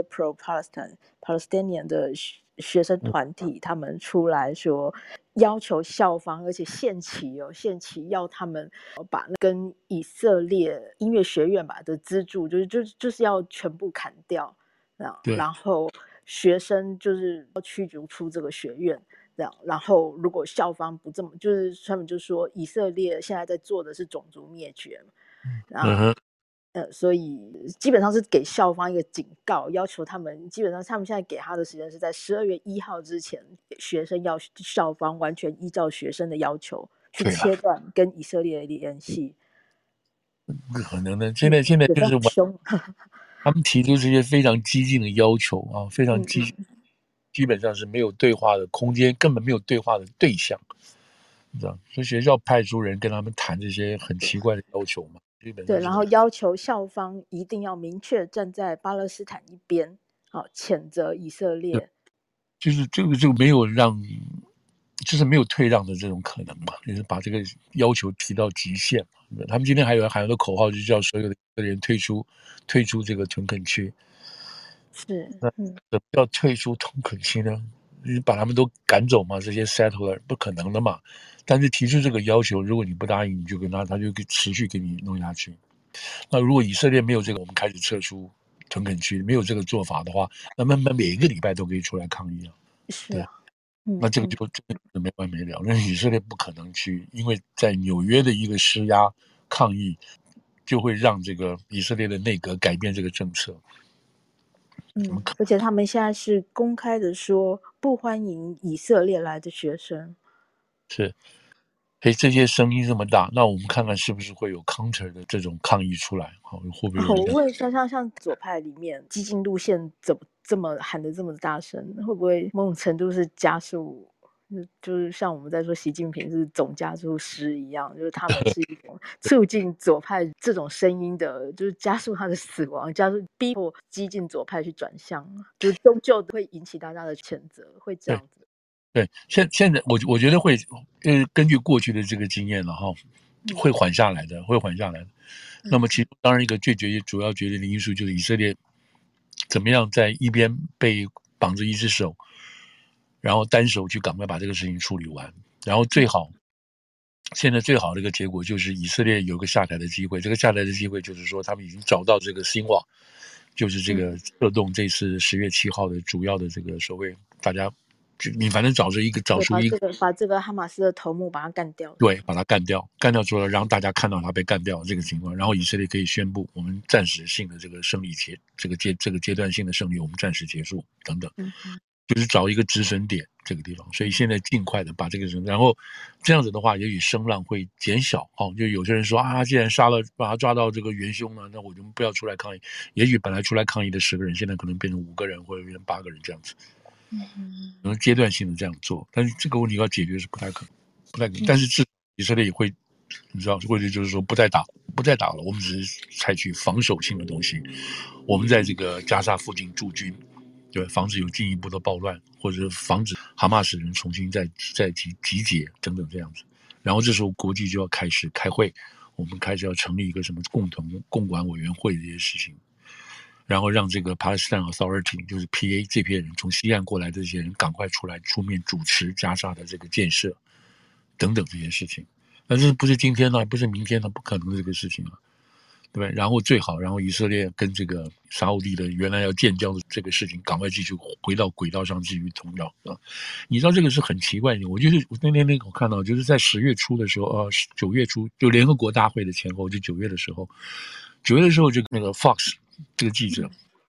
Palestinian 的学生团体，他们出来说要求校方，而且限期要他们把跟以色列音乐学院吧的资助，就是要全部砍掉，然后学生就是要驱逐出这个学院。这样，然后如果校方不这么，就是他们就说以色列现在在做的是种族灭绝嘛，所以基本上是给校方一个警告，要求他们基本上他们现在给他的时间是在12月1号之前，学生要校方完全依照学生的要求去切断跟以色列的联系。 不可能的，现在就是他们提出这些非常激进的要求啊，非常激进。基本上是没有对话的空间，根本没有对话的对象，你知道？所以学校派出人跟他们谈这些很奇怪的要求嘛，基本上对，然后要求校方一定要明确站在巴勒斯坦一边，谴责以色列。 就是这个没有让，就是没有退让的这种可能嘛，就是把这个要求提到极限嘛。他们今天还有喊的口号，就叫所有的人退出这个屯垦区。 是， 那怎么叫退出屯垦区呢？你把他们都赶走嘛？这些 settler 不可能的嘛。但是提出这个要求，如果你不答应，你就跟他就持续给你弄下去。那如果以色列没有这个，我们开始撤出屯垦区，没有这个做法的话，那么每一个礼拜都可以出来抗议啊。 是啊， 那这个就真的是没完没了。那以色列不可能去，因为在纽约的一个施压抗议，就会让这个以色列的内阁改变这个政策。 而且他们现在是公开的说不欢迎以色列来的学生。 是，这些声音这么大，那我们看看是不是会有 counter 的这种抗议出来？会不会有？ 我问像左派里面激进路线怎么这么喊得这么大声？会不会某种程度是加速？就是像我们在说习近平是总加速师一样，就是他们是一种促进左派这种声音的，就是加速他的死亡，加速逼迫激进左派去转向，就是终究会引起大家的谴责，会这样子。 对，现在我觉得会，根据过去的这个经验了哈，会缓下来的，会缓下来的。那么其中当然一个最主要决定的因素就是以色列怎么样在一边被绑着一只手，然后单手去赶快把这个事情处理完，然后现在最好的一个结果就是以色列有个下台的机会，这个下台的机会就是说他们已经找到这个新网，就是这个策动这次10月7号的主要的这个所谓大家。你反正找出一个把这个哈马斯的头目把他干掉， 对，把他干掉出来，让大家看到他被干掉这个情况，然后以色列可以宣布我们暂时性的这个胜利这个阶段性的胜利，我们暂时结束等等，就是找一个止损点这个地方，所以现在尽快的把这个人，然后这样子的话，也许声浪会减小就有些人说啊，既然把他抓到这个元凶了，那我就不要出来抗议。也许本来出来抗议的10个人，现在可能变成5个人或者变成8个人这样子。可能阶段性的这样做，但是这个问题要解决是不太可能，但是以色列也会，你知道，或者就是说不再打了，我们只是采取防守性的东西，我们在这个加沙附近驻军，对，防止有进一步的暴乱，或者防止哈马斯人重新再集结等等这样子。然后这时候国际就要开始开会，我们开始要成立一个什么共管委员会这些事情。然后让这个 Palestine Authority 就是 PA 这批人从西岸过来的这些人赶快出面主持加沙的这个建设等等这些事情，但是不是今天呢？不是明天呢？不可能的这个事情啊，对不对？然后然后以色列跟这个沙烏地的原来要建交的这个事情，赶快继续回到轨道上继续通道啊！你知道这个是很奇怪的，我那天我看到，就是在10月初的时候，9月初就联合国大会的前后，就9月的时候，就那个 Fox。这个记者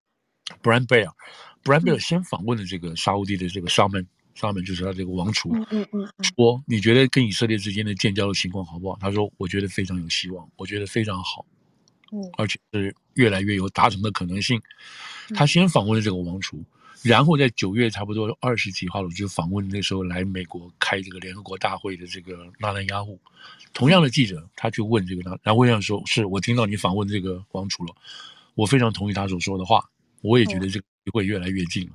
Brian Bear 先访问了这个沙烏地的这个沙门就是他这个王储，说你觉得跟以色列之间的建交的情况好不好？他说我觉得非常有希望，我觉得非常好，而且是越来越有达成的可能性。他先访问了这个王储，然后在9月差不多20几号了，就访问那时候来美国开这个联合国大会的这个纳坦雅胡。同样的记者，他去问这个然后我想说，是我听到你访问这个王储了。我非常同意他所说的话，我也觉得这个会越来越近了。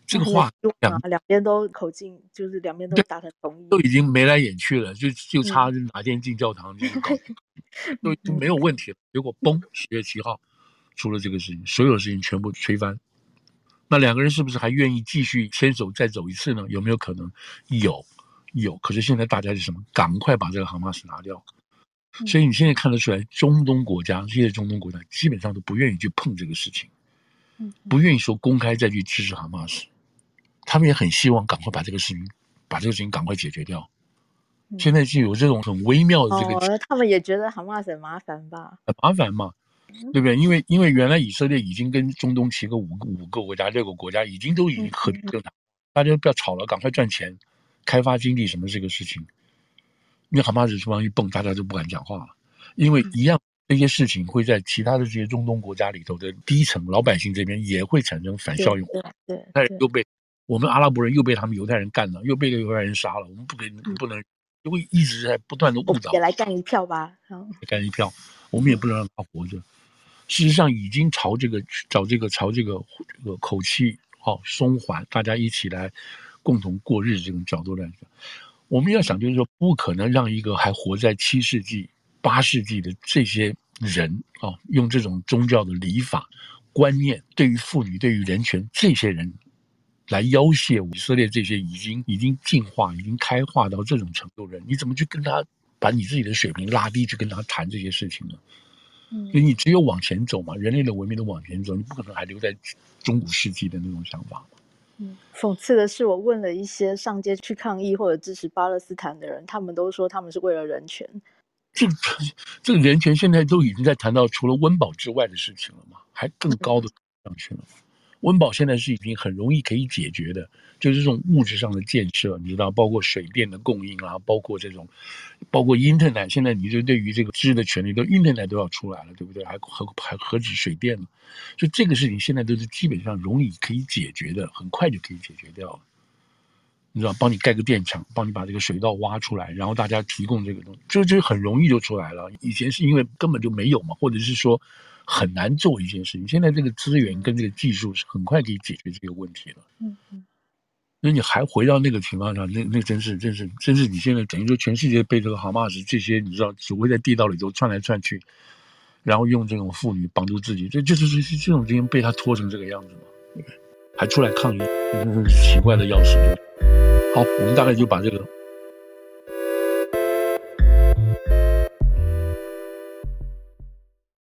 这个话两边都口径，就是两边都达成同意， 都已经眉来眼去了，就差哪天进教堂就是搞，都已经没有问题了。结果嘣，10月7号出了这个事情，所有的事情全部推翻。那两个人是不是还愿意继续牵手再走一次呢？有没有可能？有。可是现在大家是什么？赶快把这个哈马斯拿掉。所以你现在看得出来，中东国家这些中东国家基本上都不愿意去碰这个事情，不愿意说公开再去支持哈马斯。他们也很希望赶快把这个事情赶快解决掉。现在就有这种很微妙的这个， 他们也觉得哈马斯很麻烦吧？ 很麻烦嘛，对不对？因为原来以色列已经跟中东5个国家、6个国家已经合并了，大家不要吵了，赶快赚钱，开发经济什么这个事情。因为哈马斯出方一蹦，大家就不敢讲话了，因为一样这些事情会在其他的这些中东国家里头的低层老百姓这边也会产生反效应。 对， 又被我们阿拉伯人又被他们犹太人干了，又被犹太人杀了，我们不能，就会一直在不断的误导。 也来干一票吧， 干一票，我们也不能让他活着。事实上，已经朝这个口气松缓，大家一起来共同过日这种角度来讲，我们要想就是说，不可能让一个还活在7世纪、8世纪的这些人用这种宗教的礼法观念，对于妇女、对于人权这些人来要挟以色列这些已经进化、已经开化到这种程度的人，你怎么去跟他把你自己的水平拉低，去跟他谈这些事情呢？所以你只有往前走嘛，人类的文明都往前走，你不可能还留在中古世纪的那种想法。 讽刺的是，我问了一些上街去抗议或者支持巴勒斯坦的人，他们都说他们是为了人权。 这个人权现在都已经在谈到除了温饱之外的事情了嘛，还更高的上去了。温饱现在是已经很容易可以解决的，就是这种物质上的建设，你知道，包括水电的供应啊，包括Internet，现在你就对于这个知的权利，都 Internet 都要出来了，对不对？还何止水电呢？所以这个事情现在都是基本上容易可以解决的，很快就可以解决掉了。你知道，帮你盖个电厂，帮你把这个水道挖出来，然后大家提供这个东西，这很容易就出来了。以前是因为根本就没有嘛，或者是说很难做一件事情。现在这个资源跟这个技术是很快可以解决这个问题了。所以你还回到那个情况上，那真是你现在等于说全世界被这个哈马斯这些你知道只会在地道里头窜来窜去，然后用这种妇女绑住自己，这就是这种经被他拖成这个样子嘛，对不对？还出来抗议，真是奇怪的要死。好，我们大概就把这个